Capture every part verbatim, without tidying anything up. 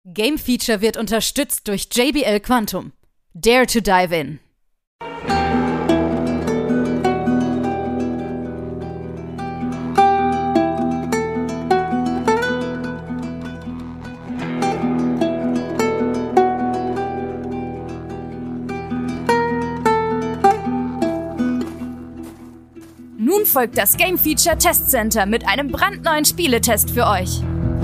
Game Feature wird unterstützt durch J B L Quantum. Dare to dive in. Nun folgt das Game Feature Test Center mit einem brandneuen Spieletest für euch.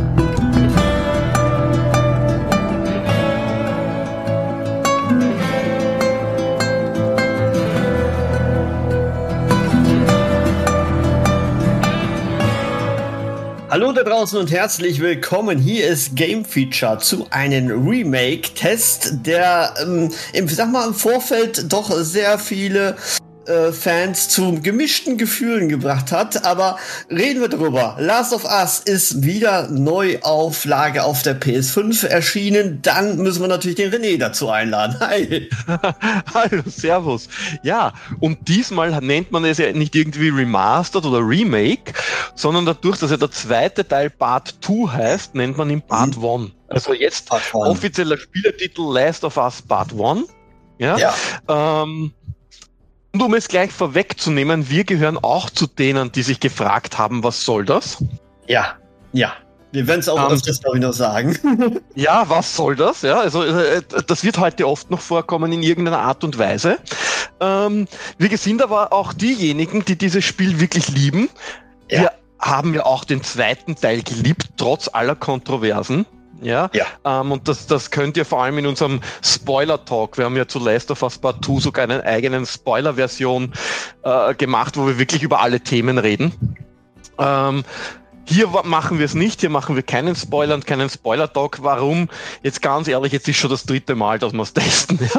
Hallo da draußen und herzlich willkommen. Hier ist Game Feature zu einem Remake-Test, der, ähm, im, sag mal, im Vorfeld doch sehr viele äh, Fans zu gemischten Gefühlen gebracht hat. Aber reden wir drüber. Last of Us ist wieder Neuauflage auf der P S fünf erschienen. Dann müssen wir natürlich den René dazu einladen. Hi. Hallo, servus. Ja, und diesmal nennt man es ja nicht irgendwie Remastered oder Remake, sondern dadurch, dass ja der zweite Teil Part zwei heißt, nennt man ihn Part mhm. eins. Also jetzt offizieller Spieletitel Last of Us Part eins. Ja. ja. Ähm, und um es gleich vorwegzunehmen, wir gehören auch zu denen, die sich gefragt haben, was soll das? Ja, ja. Wir werden es auch um, öfters, glaube ich, noch sagen. Ja, was soll das? Ja, also äh, das wird heute oft noch vorkommen in irgendeiner Art und Weise. Ähm, wir sind aber auch diejenigen, die dieses Spiel wirklich lieben. Ja. Wir haben ja auch den zweiten Teil geliebt, trotz aller Kontroversen. Ja, ja. Ähm, und das, das könnt ihr vor allem in unserem Spoiler-Talk, wir haben ja zu Last of Us Part zwei sogar eine eigene Spoiler-Version äh, gemacht, wo wir wirklich über alle Themen reden. Ähm, hier machen wir es nicht, hier machen wir keinen Spoiler und keinen Spoiler-Talk. Warum? Jetzt ganz ehrlich, jetzt ist schon das dritte Mal, dass wir es testen. Ja?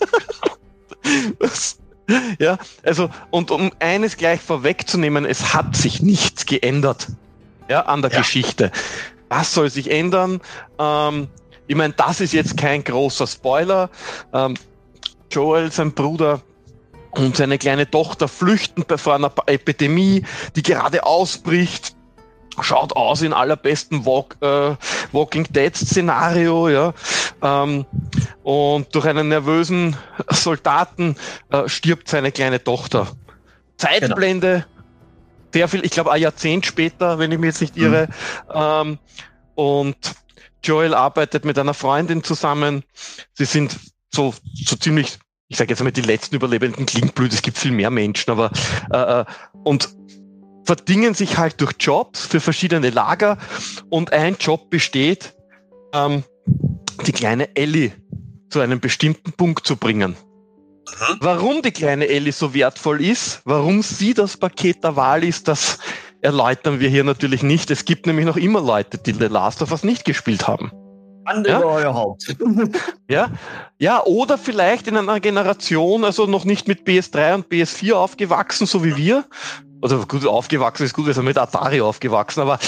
das, ja, also, und um eines gleich vorwegzunehmen, es hat sich nichts geändert, ja, an der ja. Geschichte. Was soll sich ändern? Ähm, ich meine, das ist jetzt kein großer Spoiler. Ähm, Joel, sein Bruder und seine kleine Tochter flüchten vor einer Epidemie, die gerade ausbricht. Schaut aus in allerbesten Walk, äh, Walking Dead Szenario, ja. Ähm, und durch einen nervösen Soldaten äh, stirbt seine kleine Tochter. Zeitblende. Genau. Sehr viel, ich glaube ein Jahrzehnt später, wenn ich mich jetzt nicht irre. Mhm. Ähm, und Joel arbeitet mit einer Freundin zusammen. Sie sind so, so ziemlich, ich sage jetzt mal, die letzten Überlebenden, klingt blöd, es gibt viel mehr Menschen, aber äh, und verdingen sich halt durch Jobs für verschiedene Lager. Und ein Job besteht, ähm, die kleine Ellie zu einem bestimmten Punkt zu bringen. Warum die kleine Ellie so wertvoll ist, warum sie das Paket der Wahl ist, das erläutern wir hier natürlich nicht. Es gibt nämlich noch immer Leute, die The Last of Us nicht gespielt haben. Andere ja? euer Haupt. ja? ja, oder vielleicht in einer Generation, also noch nicht mit P S drei und P S vier aufgewachsen, so wie wir. Oder gut, aufgewachsen ist gut, wir sind mit Atari aufgewachsen, aber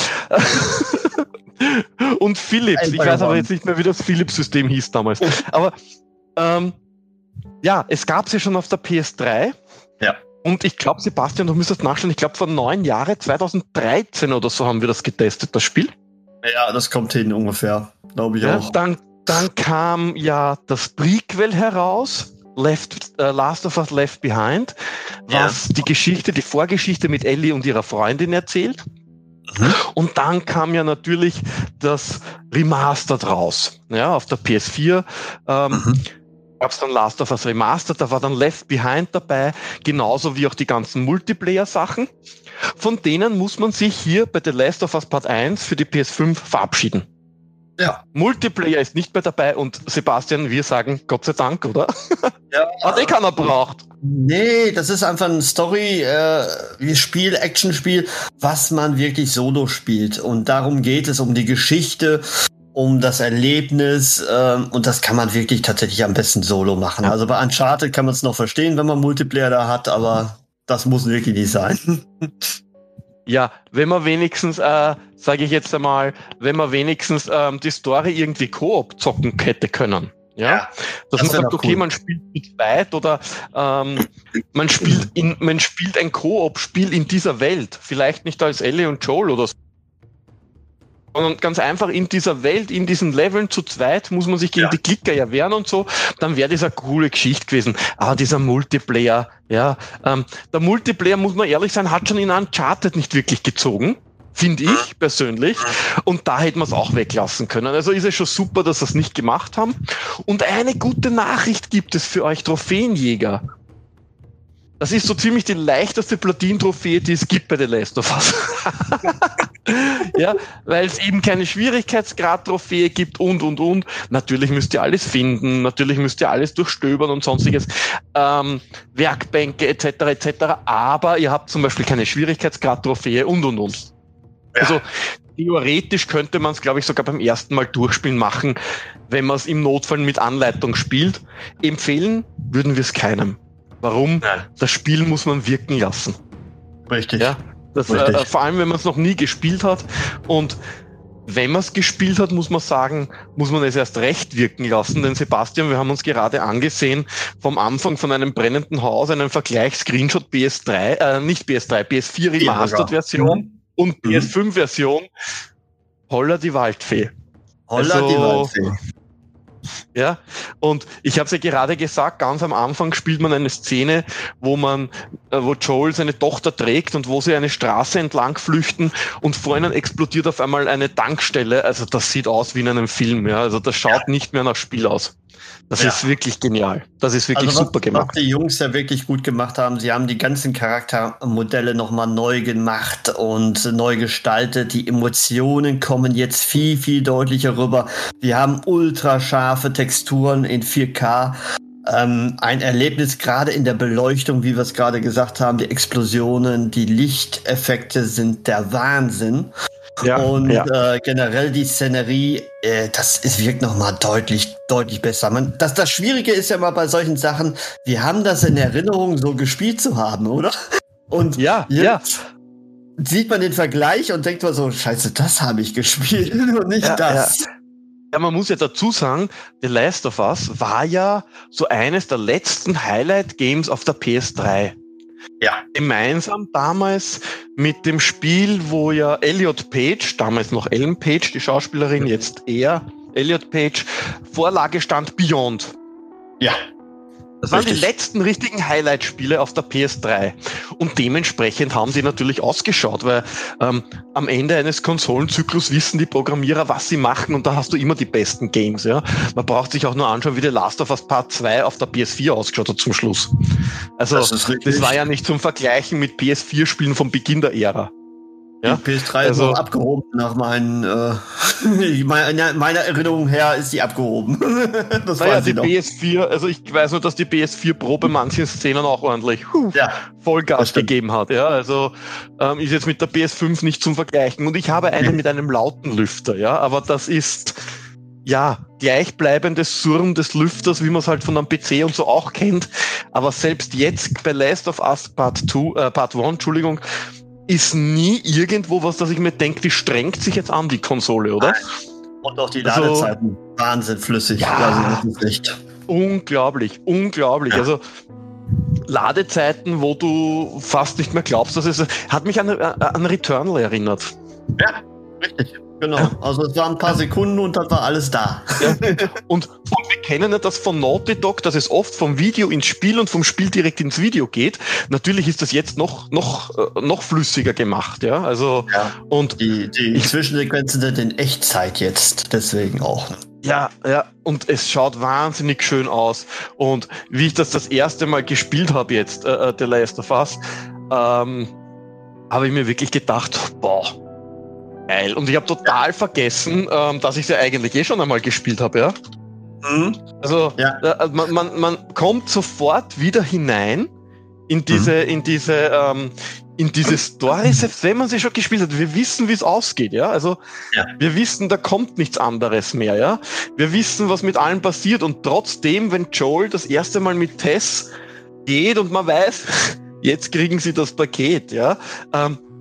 und Philips, ich weiß aber jetzt nicht mehr, wie das Philips-System hieß damals. Aber ähm, ja, es gab sie schon auf der P S drei. Ja. Und ich glaube, Sebastian, du müsstest nachschauen, ich glaube vor neun Jahren, zweitausenddreizehn oder so haben wir das getestet, das Spiel. Ja, das kommt hin ungefähr, glaube ich ja, auch. Dann, dann kam ja das Prequel heraus, Left, äh, Last of Us Left Behind, was ja. die Geschichte, die Vorgeschichte mit Ellie und ihrer Freundin erzählt. Mhm. Und dann kam ja natürlich das Remastered raus, ja, auf der P S vier. Ähm, mhm. Gab es dann Last of Us Remastered, da war dann Left Behind dabei, genauso wie auch die ganzen Multiplayer-Sachen. Von denen muss man sich hier bei The Last of Us Part eins für die P S fünf verabschieden. Ja. Multiplayer ist nicht mehr dabei und Sebastian, wir sagen Gott sei Dank, oder? Ja. Hat eh keiner braucht. Nee, das ist einfach ein Story, äh, Spiel, Actionspiel, was man wirklich solo spielt. Und darum geht es, um die Geschichte, um das Erlebnis, ähm, und das kann man wirklich tatsächlich am besten solo machen. Ja. Also bei Uncharted kann man es noch verstehen, wenn man Multiplayer da hat, aber das muss wirklich nicht sein. Ja, wenn man wenigstens, äh, sage ich jetzt einmal, wenn man wenigstens ähm, die Story irgendwie Koop zocken hätte können. Ja, ja, dass das man sagt, okay, cool. man spielt mit weit oder ähm, man spielt in, man spielt ein Koop-Spiel in dieser Welt. Vielleicht nicht als Ellie und Joel oder so. Und ganz einfach in dieser Welt, in diesen Leveln zu zweit muss man sich gegen ja. die Klicker ja wehren und so, dann wäre das eine coole Geschichte gewesen. Aber dieser Multiplayer, ja, ähm, der Multiplayer, muss man ehrlich sein, hat schon in Uncharted nicht wirklich gezogen, finde ich persönlich. Und da hätten wir es auch weglassen können. Also ist es schon super, dass sie es nicht gemacht haben. Und eine gute Nachricht gibt es für euch Trophäenjäger. Das ist so ziemlich die leichteste Platin-Trophäe, die es gibt bei The Last of Us. Ja, weil es eben keine Schwierigkeitsgrad-Trophäe gibt und, und, und. Natürlich müsst ihr alles finden, natürlich müsst ihr alles durchstöbern und sonstiges, ähm, Werkbänke et cetera et cetera. Aber ihr habt zum Beispiel keine Schwierigkeitsgrad-Trophäe und, und, und. Ja. Also theoretisch könnte man es, glaube ich, sogar beim ersten Mal durchspielen machen, wenn man es im Notfall mit Anleitung spielt. Empfehlen würden wir es keinem. Warum? Nein. Das Spiel muss man wirken lassen. Richtig. Ja, das, Richtig. Äh, vor allem, wenn man es noch nie gespielt hat. Und wenn man es gespielt hat, muss man sagen, muss man es erst recht wirken lassen. Denn Sebastian, wir haben uns gerade angesehen, vom Anfang von einem brennenden Haus, einen Vergleich-Screenshot P S drei, äh, nicht P S drei, P S vier Remastered-Version mhm. und P S fünf-Version. Holla die Waldfee. Holla also, die Waldfee. Ja, und ich habe es ja gerade gesagt, ganz am Anfang spielt man eine Szene, wo man, äh, wo Joel seine Tochter trägt und wo sie eine Straße entlang flüchten und vor ihnen explodiert auf einmal eine Tankstelle. Also das sieht aus wie in einem Film, ja. Also das schaut ja. nicht mehr nach Spiel aus. Das ja. ist wirklich genial. Das ist wirklich also was, super gemacht. Was die Jungs ja wirklich gut gemacht haben, sie haben die ganzen Charaktermodelle nochmal neu gemacht und neu gestaltet. Die Emotionen kommen jetzt viel, viel deutlicher rüber. Wir haben ultrascharfe Texturen in vier K. Ähm, ein Erlebnis gerade in der Beleuchtung, wie wir es gerade gesagt haben. Die Explosionen, die Lichteffekte sind der Wahnsinn. Ja, und ja. Äh, generell die Szenerie, äh, das ist wirkt noch mal deutlich, deutlich besser. Man, das, das Schwierige ist ja mal bei solchen Sachen, wir haben das in Erinnerung, so gespielt zu haben, oder? Und ja, ja. sieht man den Vergleich und denkt man so, scheiße, das habe ich gespielt und nicht ja, das. Ja. Ja, man muss ja dazu sagen, The Last of Us war ja so eines der letzten Highlight-Games auf der P S drei. Ja. Gemeinsam damals mit dem Spiel, wo ja Elliot Page, damals noch Ellen Page, die Schauspielerin, jetzt er, Elliot Page, Vorlage stand Beyond. Ja. Das waren Richtig. die letzten richtigen Highlight-Spiele auf der P S drei. Und dementsprechend haben die natürlich ausgeschaut, weil ähm, am Ende eines Konsolenzyklus wissen die Programmierer, was sie machen, und da hast du immer die besten Games. Ja, man braucht sich auch nur anschauen, wie The Last of Us Part zwei auf der P S vier ausgeschaut hat zum Schluss. Also das, das war ja nicht zum Vergleichen mit P S vier Spielen vom Beginn der Ära. Ja? Die P S drei also, ist noch abgehoben nach meinen, äh, meiner, meiner Erinnerung her ist die abgehoben. Das naja, die noch. P S vier, also ich weiß nur, dass die P S vier Pro bei manchen Szenen auch ordentlich huh, ja, Vollgas gegeben hat. Ja, also ähm, ist jetzt mit der P S fünf nicht zum Vergleichen. Und ich habe eine mit einem lauten Lüfter, ja, aber das ist ja gleichbleibendes Surren des Lüfters, wie man es halt von einem P C und so auch kennt. Aber selbst jetzt bei Last of Us Part zwei, äh, Part eins, Entschuldigung, ist nie irgendwo was, dass ich mir denke, die strengt sich jetzt an, die Konsole, oder? Und auch die Ladezeiten. Also, Wahnsinn flüssig. Ja, also, das ist echt unglaublich, unglaublich. Ja. Also Ladezeiten, wo du fast nicht mehr glaubst, dass es hat mich an, an Returnal erinnert. Ja, richtig. Genau, ja. Also es waren ein paar Sekunden und dann war alles da. Ja. Und, und wir kennen ja das von Naughty Dog, dass es oft vom Video ins Spiel und vom Spiel direkt ins Video geht. Natürlich ist das jetzt noch noch noch flüssiger gemacht, ja. Also ja. Und die, die ich, Zwischensequenzen sind in Echtzeit jetzt, deswegen auch. Ja, ja. Und es schaut wahnsinnig schön aus. Und wie ich das das erste Mal gespielt habe jetzt, äh, The Last of Us, ähm, habe ich mir wirklich gedacht, boah. Geil. Und ich habe total ja. vergessen, ähm, dass ich sie ja eigentlich eh schon einmal gespielt habe, ja. Mhm. Also ja. äh, man, man, man kommt sofort wieder hinein in diese, mhm. in diese, ähm, in diese Story, selbst wenn man sie schon gespielt hat. Wir wissen, wie es ausgeht, ja. Also ja. wir wissen, da kommt nichts anderes mehr, ja. Wir wissen, was mit allen passiert, und trotzdem, wenn Joel das erste Mal mit Tess geht und man weiß, jetzt kriegen sie das Paket, ja. Ähm,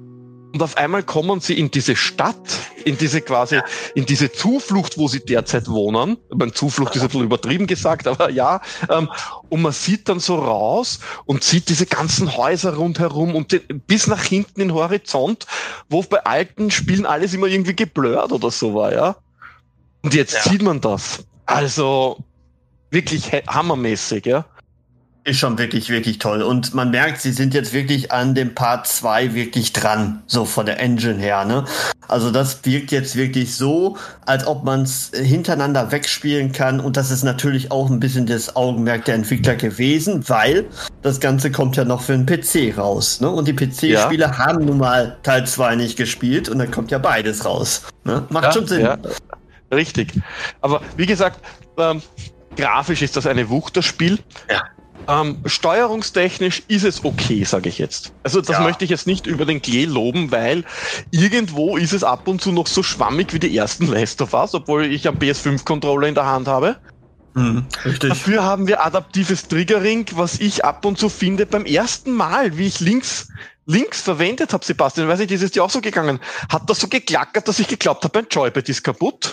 Und auf einmal kommen sie in diese Stadt, in diese quasi, in diese Zuflucht, wo sie derzeit wohnen. Meine Zuflucht ist ein bisschen übertrieben gesagt, aber ja. Ähm, und man sieht dann so raus und sieht diese ganzen Häuser rundherum und den, bis nach hinten in den Horizont, wo bei alten Spielen alles immer irgendwie geblurrt oder so war, ja. Und jetzt ja. sieht man das. Also wirklich hammermäßig, ja. Ist schon wirklich, wirklich toll. Und man merkt, sie sind jetzt wirklich an dem Part zwei wirklich dran, so von der Engine her, ne? Also das wirkt jetzt wirklich so, als ob man es hintereinander wegspielen kann. Und das ist natürlich auch ein bisschen das Augenmerk der Entwickler gewesen, weil das Ganze kommt ja noch für den P C raus, ne? Und die P C-Spieler ja. haben nun mal Teil zwei nicht gespielt und dann kommt ja beides raus, ne? Macht ja, schon Sinn. Ja. Richtig. Aber wie gesagt, ähm, grafisch ist das eine Wucht, das Spiel. Ja. Ähm, steuerungstechnisch ist es okay, sage ich jetzt. Also das ja. möchte ich jetzt nicht über den Klee loben, weil irgendwo ist es ab und zu noch so schwammig wie die ersten Last of Us, obwohl ich einen P S fünf Controller in der Hand habe. Mhm, richtig. Dafür haben wir adaptives Triggering, was ich ab und zu finde beim ersten Mal, wie ich links links verwendet habe, Sebastian, weiß nicht, ist es dir auch so gegangen? Hat das so geklackert, dass ich geglaubt habe, mein Joypad ist kaputt?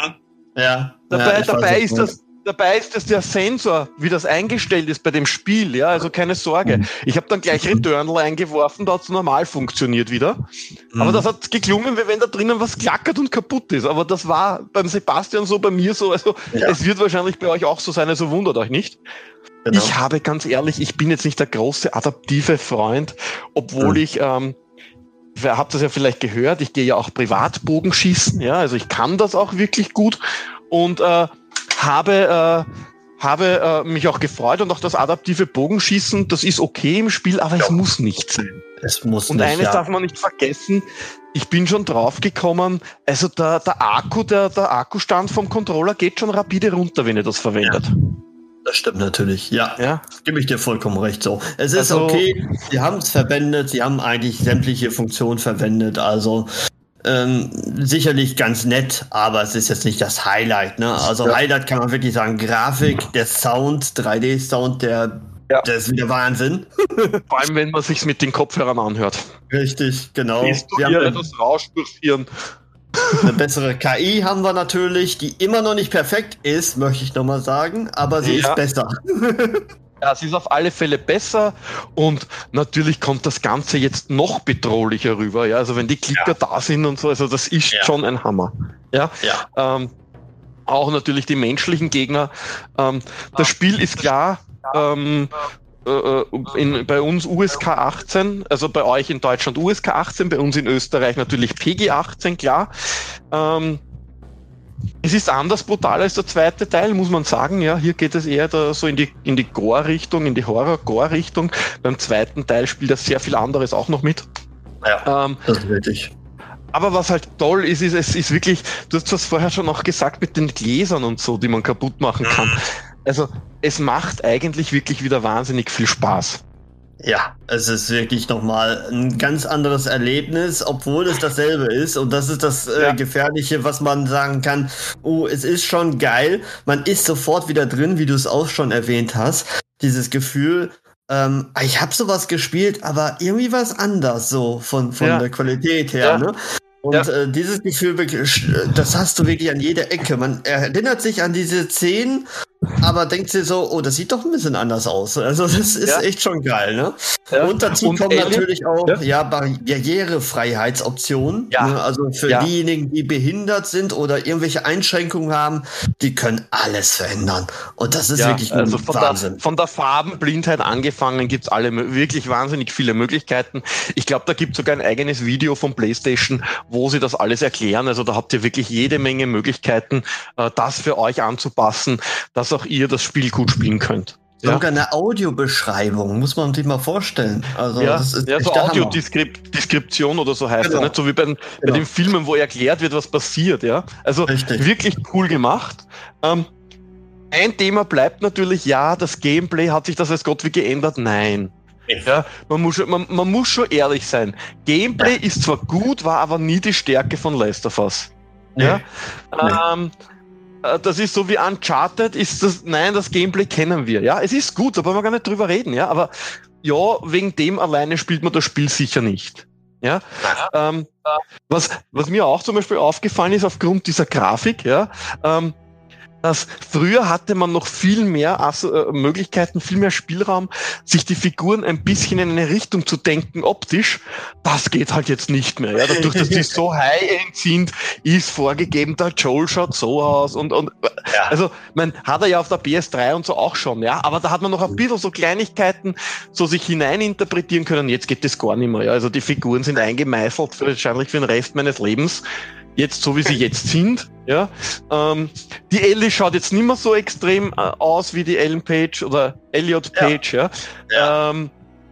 Ja. Dabei, ja, dabei ist das Dabei ist es der Sensor, wie das eingestellt ist bei dem Spiel, ja, also keine Sorge. Ich habe dann gleich Returnal eingeworfen, da hat es normal funktioniert wieder. Mhm. Aber das hat geklungen, wie wenn da drinnen was klackert und kaputt ist. Aber das war beim Sebastian so, bei mir so, also ja. es wird wahrscheinlich bei euch auch so sein, also wundert euch nicht. Genau. Ich habe ganz ehrlich, ich bin jetzt nicht der große adaptive Freund, obwohl mhm. ich, ähm, ihr habt das ja vielleicht gehört, ich gehe ja auch Privatbogenschießen, ja, also ich kann das auch wirklich gut und äh, habe äh, habe äh, mich auch gefreut und auch das adaptive Bogenschießen, das ist okay im Spiel, aber ja. es muss nicht sein. Es muss und nicht, eines ja. darf man nicht vergessen, ich bin schon draufgekommen, also der, der Akku, der, der Akkustand vom Controller geht schon rapide runter, wenn ihr das verwendet. Ja. Das stimmt natürlich, ja. ja. Gebe ich dir vollkommen recht so. Es ist also, okay, sie haben es verwendet, sie haben eigentlich sämtliche Funktionen verwendet, also Ähm, sicherlich ganz nett, aber es ist jetzt nicht das Highlight, ne? Also ja. Highlight kann man wirklich sagen, Grafik, der Sound, drei D-Sound, der, ja. der ist wieder Wahnsinn. Vor allem, wenn man sich's mit den Kopfhörern anhört. Richtig, genau. Siehst du hier das Rauschen durchführen. Eine bessere K I haben wir natürlich, die immer noch nicht perfekt ist, möchte ich nochmal sagen, aber sie ja. ist besser. Ja, es ist auf alle Fälle besser und natürlich kommt das Ganze jetzt noch bedrohlicher rüber. Ja, also wenn die Klicker ja. da sind und so, also das ist ja. schon ein Hammer. Ja, ja. Ähm, auch natürlich die menschlichen Gegner. Ähm, das Spiel ist klar, ähm, äh, in, bei uns U S K achtzehn, also bei euch in Deutschland U S K achtzehn, bei uns in Österreich natürlich P G achtzehn, klar. Ähm, Es ist anders brutal als der zweite Teil, muss man sagen. Ja, hier geht es eher da so in die, in die Gore-Richtung, in die Horror-Gore-Richtung. Beim zweiten Teil spielt das sehr viel anderes auch noch mit. Ja, ähm, das ist richtig. Aber was halt toll ist, ist, es ist wirklich, du hast das vorher schon auch gesagt, mit den Gläsern und so, die man kaputt machen kann. Also, es macht eigentlich wirklich wieder wahnsinnig viel Spaß. Ja, es ist wirklich nochmal ein ganz anderes Erlebnis, obwohl es dasselbe ist. Und das ist das äh, ja. Gefährliche, was man sagen kann. Oh, es ist schon geil. Man ist sofort wieder drin, wie du es auch schon erwähnt hast. Dieses Gefühl, ähm, ich habe sowas gespielt, aber irgendwie was anders so von, von ja. der Qualität her. Ja. Ne? Und ja. äh, dieses Gefühl, das hast du wirklich an jeder Ecke. Man erinnert sich an diese Szenen, aber denkt sich so, oh, das sieht doch ein bisschen anders aus. Also das ist ja. echt schon geil, ne? Ja. Und dazu und kommen Alien? natürlich auch ja. Ja, Barrierefreiheitsoptionen. Ja. Ne? Also für ja. diejenigen, die behindert sind oder irgendwelche Einschränkungen haben, die können alles verändern. Und das ist ja, wirklich ein also von Wahnsinn. Der, von der Farbenblindheit angefangen gibt's alle wirklich wahnsinnig viele Möglichkeiten. Ich glaube, da gibt's sogar ein eigenes Video von PlayStation, wo sie das alles erklären. Also da habt ihr wirklich jede Menge Möglichkeiten, das für euch anzupassen, dass auch ihr das Spiel gut spielen könnt. Sogar ja. eine Audiobeschreibung, muss man sich mal vorstellen. Also, ja, das ist ja so Audiodeskription oder so heißt genau. er, nicht? So wie bei den, genau. bei den Filmen, wo erklärt wird, was passiert. Ja, also Richtig. wirklich cool gemacht. Ähm, ein Thema bleibt natürlich, ja, das Gameplay, hat sich das als Gott wie geändert? Nein. Ja, man muss, man, man muss schon ehrlich sein. Gameplay ja. ist zwar gut, war aber nie die Stärke von Last of Us. Nee. Ja? Nee. Ähm, das ist so wie Uncharted, ist das, nein, das Gameplay kennen wir, ja. Es ist gut, da wollen wir gar nicht drüber reden, ja. Aber ja, wegen dem alleine spielt man das Spiel sicher nicht. Ja, ähm, was, was mir auch zum Beispiel aufgefallen ist aufgrund dieser Grafik, ja, ähm, dass früher hatte man noch viel mehr also, äh, Möglichkeiten, viel mehr Spielraum, sich die Figuren ein bisschen in eine Richtung zu denken optisch. Das geht halt jetzt nicht mehr. Ja? Dadurch, dass die so high-end sind, ist vorgegeben, der Joel schaut so aus und, und ja. Also man hat er ja auf der P S drei und so auch schon, ja, aber da hat man noch ein bisschen so Kleinigkeiten so sich hineininterpretieren können. Jetzt geht das gar nicht mehr. Ja? Also die Figuren sind eingemeißelt, für, wahrscheinlich für den Rest meines Lebens. Jetzt, so wie sie jetzt sind, ja. Ähm, die Ellie schaut jetzt nicht mehr so extrem äh, aus wie die Ellen Page oder Elliot Page, ja. ja. ja. Ähm,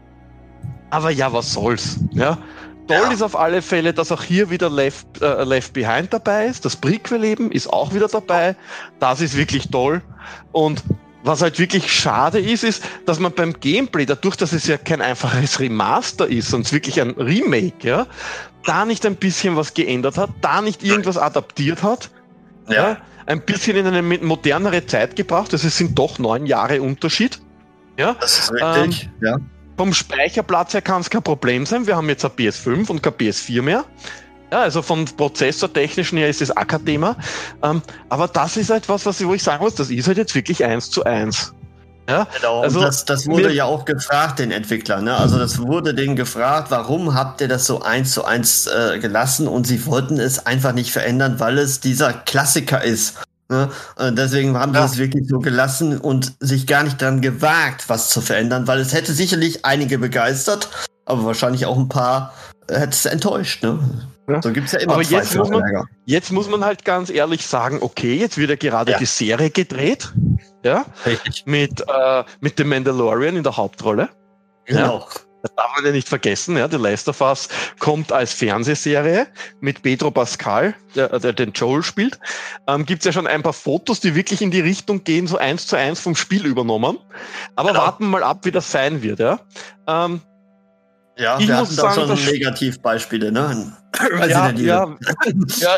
aber ja, was soll's, ja. Toll ja. ist auf alle Fälle, dass auch hier wieder Left, äh, Left Behind dabei ist. Das Prequel-Leben ist auch wieder dabei. Das ist wirklich toll. Und was halt wirklich schade ist, ist, dass man beim Gameplay, dadurch, dass es ja kein einfaches Remaster ist, sondern wirklich ein Remake, ja, da nicht ein bisschen was geändert hat, da nicht irgendwas adaptiert hat, ja. ja ein bisschen in eine modernere Zeit gebracht, also es sind doch neun Jahre Unterschied. Ja, das ist richtig, ähm, ja. Vom Speicherplatz her kann es kein Problem sein, wir haben jetzt eine P S fünf und keine P S vier mehr. Ja, also von prozessortechnischen her ist das auch kein Thema. Ähm, aber das ist halt was, was ich, wo ich sagen muss, das ist halt jetzt wirklich eins zu eins. Ja, genau, also, und das, das wurde ja auch gefragt, den Entwicklern. Ne? Also das wurde denen gefragt, warum habt ihr das so eins zu eins äh, gelassen? Und sie wollten es einfach nicht verändern, weil es dieser Klassiker ist. Ne? Und deswegen haben sie ja. es wirklich so gelassen und sich gar nicht daran gewagt, was zu verändern, weil es hätte sicherlich einige begeistert, aber wahrscheinlich auch ein paar äh, hätte es enttäuscht. Ne? Ja. So gibt's ja immer. Aber jetzt muss, man, jetzt muss man halt ganz ehrlich sagen, okay, jetzt wird ja gerade ja. die Serie gedreht. Ja, richtig. Mit, äh, mit dem Mandalorian in der Hauptrolle. Genau. Ja, das darf man ja nicht vergessen. Ja, The Last of Us kommt als Fernsehserie mit Pedro Pascal, der, der den Joel spielt. Ähm, gibt's ja schon ein paar Fotos, die wirklich in die Richtung gehen, so eins zu eins vom Spiel übernommen. Aber genau. warten wir mal ab, wie das sein wird. Ja. Ähm, Ja, ich wir muss hatten sagen, da schon Negativbeispiele, ne? Ja, ja, ja,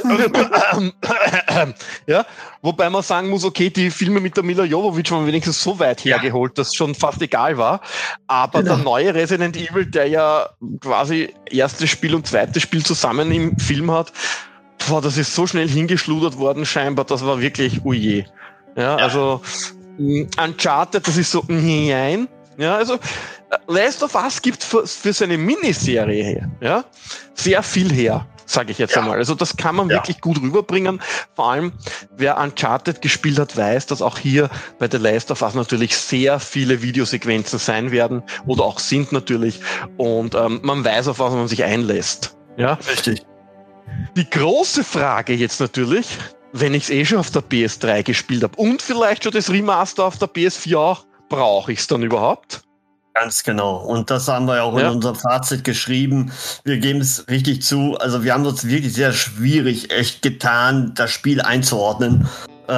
äh, ja, wobei man sagen muss, okay, die Filme mit der Mila Jovovich waren wenigstens so weit hergeholt, dass schon fast egal war. Aber genau. der neue Resident Evil, der ja quasi erstes Spiel und zweites Spiel zusammen im Film hat, boah, das ist so schnell hingeschludert worden scheinbar, das war wirklich uje. Ja, ja. Also Uncharted, das ist so nein. Ja, also Last of Us gibt für, für seine Miniserie her, ja, sehr viel her, sage ich jetzt ja. einmal. Also das kann man ja. wirklich gut rüberbringen. Vor allem, wer Uncharted gespielt hat, weiß, dass auch hier bei The Last of Us natürlich sehr viele Videosequenzen sein werden oder auch sind natürlich. Und ähm, man weiß, auf was man sich einlässt. Ja, richtig. Die große Frage jetzt natürlich, wenn ich es eh schon auf der P S drei gespielt habe und vielleicht schon das Remaster auf der P S vier auch, brauche ich es dann überhaupt? Ganz genau. Und das haben wir ja auch ja. in unserem Fazit geschrieben. Wir geben es richtig zu. Also wir haben uns wirklich sehr schwierig echt getan, das Spiel einzuordnen.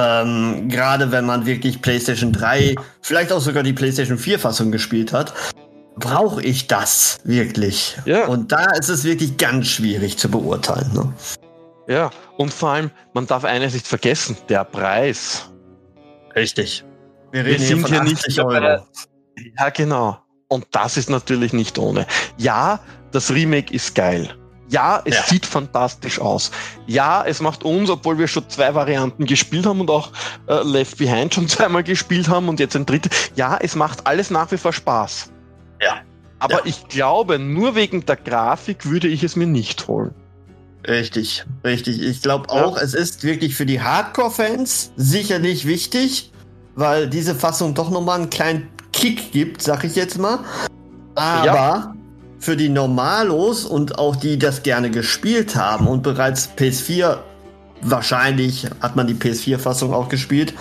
Ähm, gerade wenn man wirklich PlayStation drei, vielleicht auch sogar die PlayStation vier Fassung gespielt hat. Brauche ich das wirklich? Ja. Und da ist es wirklich ganz schwierig zu beurteilen. Ne? Ja, und vor allem, man darf eines nicht vergessen, der Preis. Richtig. Wir reden Wir hier, von hier nicht Euro. Ja, genau. Und das ist natürlich nicht ohne. Ja, das Remake ist geil. Ja, es ja. sieht fantastisch aus. Ja, es macht uns, obwohl wir schon zwei Varianten gespielt haben und auch äh, Left Behind schon zweimal gespielt haben und jetzt ein drittes. Ja, es macht alles nach wie vor Spaß. Ja. Aber ja. ich glaube, nur wegen der Grafik würde ich es mir nicht holen. Richtig, richtig. Ich glaube auch, ja. es ist wirklich für die Hardcore-Fans sicherlich wichtig, weil diese Fassung doch nochmal einen kleinen Kick gibt, sag ich jetzt mal. Aber ja. für die Normalos und auch die, die das gerne gespielt haben und bereits P S vier, wahrscheinlich hat man die P S vier Fassung auch gespielt,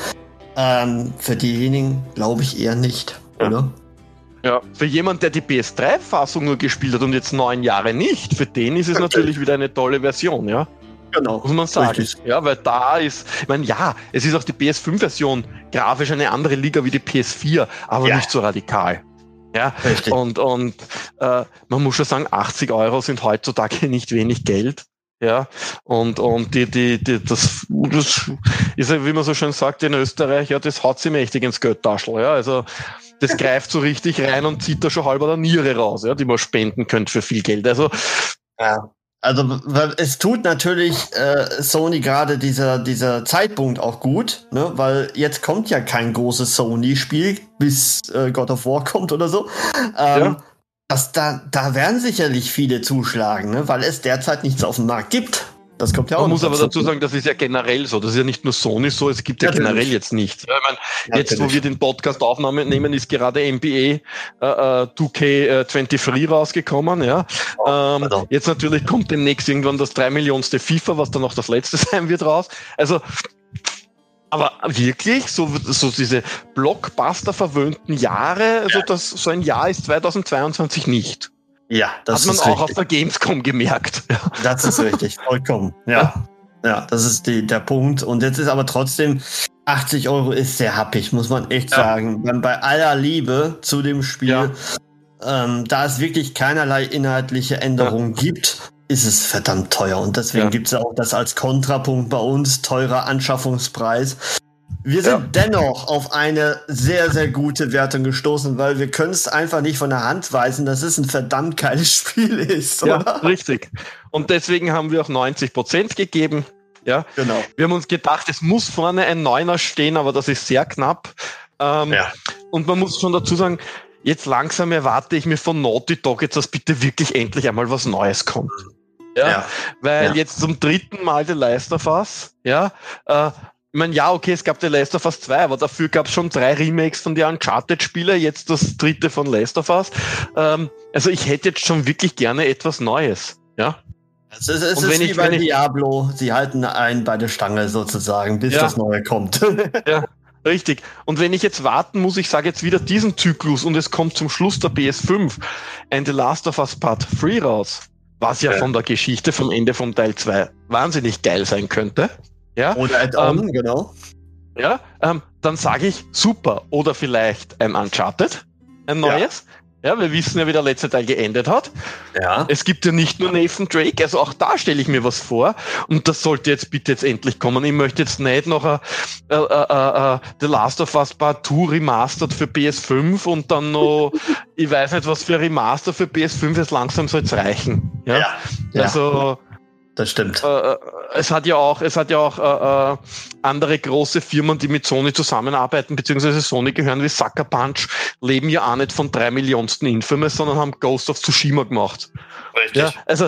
ähm, für diejenigen glaube ich eher nicht, ja. oder? Ja, für jemand, der die P S drei Fassung nur gespielt hat und jetzt neun Jahre nicht, für den ist es okay. natürlich wieder eine tolle Version, ja. Genau. Muss man sagen. Richtig. Ja, weil da ist, ich meine, ja, es ist auch die P S fünf Version grafisch eine andere Liga wie die P S vier, aber ja. nicht so radikal. Ja, richtig. Und, und äh, man muss schon sagen, achtzig Euro sind heutzutage nicht wenig Geld. Ja, und, und die, die, die, das, das ist ja, wie man so schön sagt in Österreich, ja, das haut sie mächtig ins Geldtaschel. Ja, also, das greift so richtig rein und zieht da schon halber der Niere raus, ja, die man spenden könnte für viel Geld. Also, Ja. Also es tut natürlich äh, Sony gerade dieser dieser Zeitpunkt auch gut, ne? Weil jetzt kommt ja kein großes Sony-Spiel, bis äh, God of War kommt oder so. Ähm, Ja. das, da, da werden sicherlich viele zuschlagen, ne? Weil es derzeit nichts auf dem Markt gibt. Das kommt ja auch Man noch muss aber dazu. dazu sagen, das ist ja generell so. Das ist ja nicht nur Sony so, es gibt ja Natürlich. generell jetzt nichts. Ja, ich meine, jetzt, wo Natürlich. wir den Podcast aufnehmen, ist gerade N B A äh, zwei K dreiundzwanzig rausgekommen. Ja. Ähm, pardon. jetzt natürlich kommt demnächst irgendwann das drei Millionste FIFA, was dann noch das letzte sein wird, raus. Also, aber wirklich, so, so diese Blockbuster-verwöhnten Jahre, also Ja. das, so ein Jahr ist zweitausendzweiundzwanzig nicht. Ja, das Hat man ist auch richtig. auf der Gamescom gemerkt. Ja. Das ist richtig, vollkommen. Ja, ja, das ist die, der Punkt. Und jetzt ist aber trotzdem, achtzig Euro ist sehr happig, muss man echt Ja. sagen. Bei- Bei aller Liebe zu dem Spiel, Ja. ähm, da es wirklich keinerlei inhaltliche Änderungen gibt, ist es verdammt teuer. Und deswegen Ja. gibt es ja auch das als Kontrapunkt bei uns, teurer Anschaffungspreis. Wir sind Ja. dennoch auf eine sehr, sehr gute Wertung gestoßen, weil wir können es einfach nicht von der Hand weisen, dass es ein verdammt geiles Spiel ist, Ja, oder? richtig. Und deswegen haben wir auch neunzig Prozent gegeben. Ja, Genau. wir haben uns gedacht, es muss vorne ein Neuner stehen, aber das ist sehr knapp. Ähm, Ja. Und man muss schon dazu sagen, jetzt langsam erwarte ich mir von Naughty Dog jetzt, dass bitte wirklich endlich einmal was Neues kommt. Ja, Ja. weil Ja. jetzt zum dritten Mal The Last of Us, ja, äh, ich meine, ja, okay, es gab The Last of Us zwei, aber dafür gab es schon drei Remakes von den Uncharted-Spielen, jetzt das dritte von Last of Us. Ähm, also ich hätte jetzt schon wirklich gerne etwas Neues, ja. Es ist, es Und ist wenn wie ich- bei wenn ich- Diablo, sie halten einen bei der Stange sozusagen, bis Ja. das Neue kommt. Ja, richtig. Und wenn ich jetzt warten muss, ich sage jetzt wieder diesen Zyklus und es kommt zum Schluss der P S fünf ein The Last of Us Part drei raus, was ja, Ja. von der Geschichte vom Ende vom Teil zwei wahnsinnig geil sein könnte, ja, Oder Add-on, genau. ja, ähm, dann sage ich super. Oder vielleicht ein Uncharted, ein Ja. neues. Ja, wir wissen ja, wie der letzte Teil geendet hat. Ja. Es gibt ja nicht nur Nathan Drake, also auch da stelle ich mir was vor. Und das sollte jetzt bitte jetzt endlich kommen. Ich möchte jetzt nicht noch ein, äh, äh, äh, The Last of Us Part zwei Remastered für P S fünf und dann noch, ich weiß nicht, was für Remaster für P S fünf, jetzt langsam soll es reichen. Ja, Ja. Ja. also Das stimmt. äh, es hat ja auch, es hat ja auch äh, äh, andere große Firmen, die mit Sony zusammenarbeiten, beziehungsweise Sony gehören wie Sucker Punch, leben ja auch nicht von drei Millionsten Infamous, sondern haben Ghost of Tsushima gemacht. Richtig. Ja, also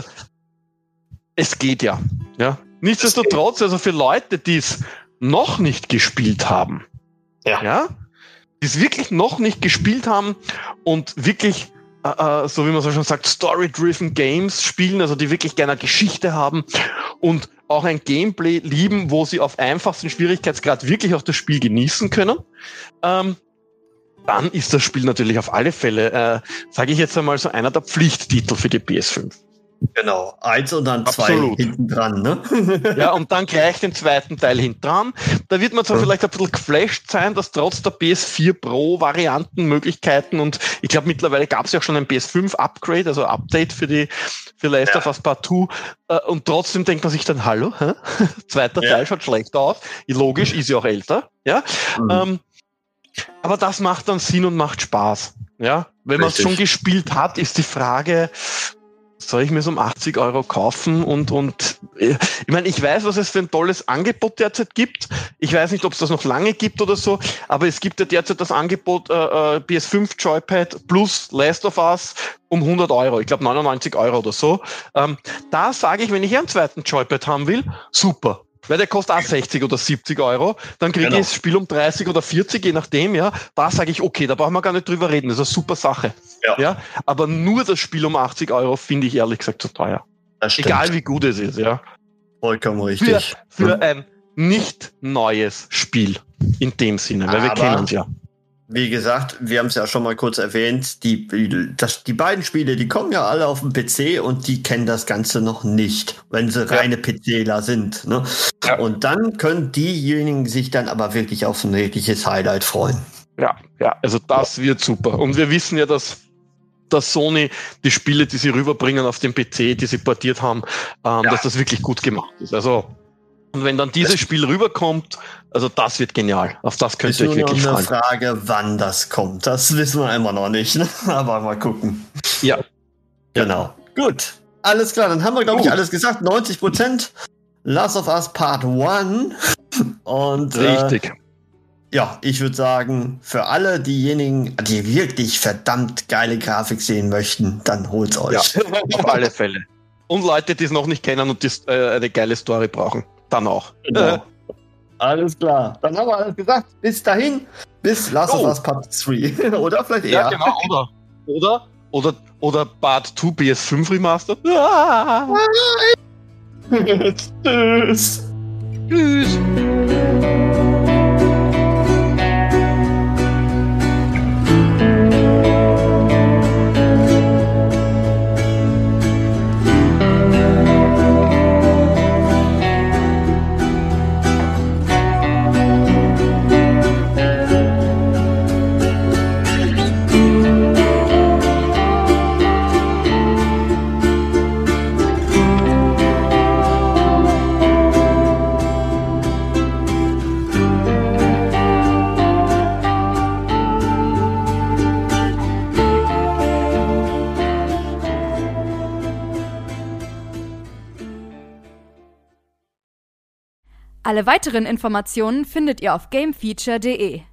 es geht ja. Ja. Nichtsdestotrotz, also für Leute, die es noch nicht gespielt haben, Ja. ja, die es wirklich noch nicht gespielt haben und wirklich äh, so wie man so schon sagt, Story-driven Games spielen, also die wirklich gerne eine Geschichte haben und auch ein Gameplay lieben, wo sie auf einfachsten Schwierigkeitsgrad wirklich auch das Spiel genießen können, ähm, dann ist das Spiel natürlich auf alle Fälle, äh, sage ich jetzt einmal, so einer der Pflichttitel für die P S fünf. Genau. Eins und dann zwei Absolut. hinten dran, ne? Ja, und dann gleich den zweiten Teil hintran. Da wird man zwar Ja. vielleicht ein bisschen geflasht sein, dass trotz der P S vier Pro Varianten, Möglichkeiten und ich glaube mittlerweile gab es ja auch schon ein P S fünf Upgrade, also Update für die für Last Ja. of Us Part zwei äh, und trotzdem denkt man sich dann, hallo, hä? Zweiter Ja. Teil schaut schlecht aus. Logisch, ist ja auch älter, ja. Mhm. Ähm, aber das macht dann Sinn und macht Spaß, ja. Wenn man es Richtig. schon gespielt hat, ist die Frage, soll ich mir so um achtzig Euro kaufen und, und äh, ich meine, ich weiß, was es für ein tolles Angebot derzeit gibt. Ich weiß nicht, ob es das noch lange gibt oder so, aber es gibt ja derzeit das Angebot äh, äh, P S fünf Joypad plus Last of Us um hundert Euro. Ich glaube neunundneunzig Euro oder so. Ähm, da sage ich, wenn ich einen zweiten Joypad haben will, super. Weil der kostet auch sechzig oder siebzig Euro. Dann kriege Genau. ich das Spiel um dreißig oder vierzig, je nachdem, ja. Da sage ich, okay, da brauchen wir gar nicht drüber reden. Das ist eine super Sache. Ja. Ja. Aber nur das Spiel um achtzig Euro finde ich ehrlich gesagt zu teuer. Das stimmt. Egal wie gut es ist, ja. Vollkommen Für, richtig. für ein nicht neues Spiel. In dem Sinne, weil wir Aber- kennen es ja. Wie gesagt, wir haben es ja schon mal kurz erwähnt, die, das, die beiden Spiele, die kommen ja alle auf dem P C und die kennen das Ganze noch nicht, wenn sie Ja. reine PCler sind. Ne? Ja. Und dann können diejenigen sich dann aber wirklich auf ein wirkliches Highlight freuen. Ja, ja, also das wird super. Und wir wissen ja, dass, dass Sony die Spiele, die sie rüberbringen auf den P C, die sie portiert haben, ähm, Ja. dass das wirklich gut gemacht ist. Also, und wenn dann dieses Spiel rüberkommt, also das wird genial. Auf das könnt Ist ihr nur euch noch wirklich eine freuen. Frage, wann das kommt. Das wissen wir immer noch nicht. Ne? Aber mal gucken. Ja. Genau. Gut. Alles klar, dann haben wir, glaube ich, alles gesagt. neunzig Prozent Last of Us Part eins. Und, Richtig. Äh, ja, ich würde sagen, für alle diejenigen, die wirklich verdammt geile Grafik sehen möchten, dann holt's euch. Ja, auf alle Fälle. Und Leute, die es noch nicht kennen und die äh, eine geile Story brauchen, dann auch. Genau. Äh. Alles klar. Dann haben wir alles gesagt. Bis dahin, bis Last Oh. of Us Part zwei. Oder vielleicht eher. Ja, genau. Oder, oder, oder, oder Part zwei P S fünf Remastered. Ah, Tschüss. tschüss. Alle weiteren Informationen findet ihr auf gamefeature punkt de.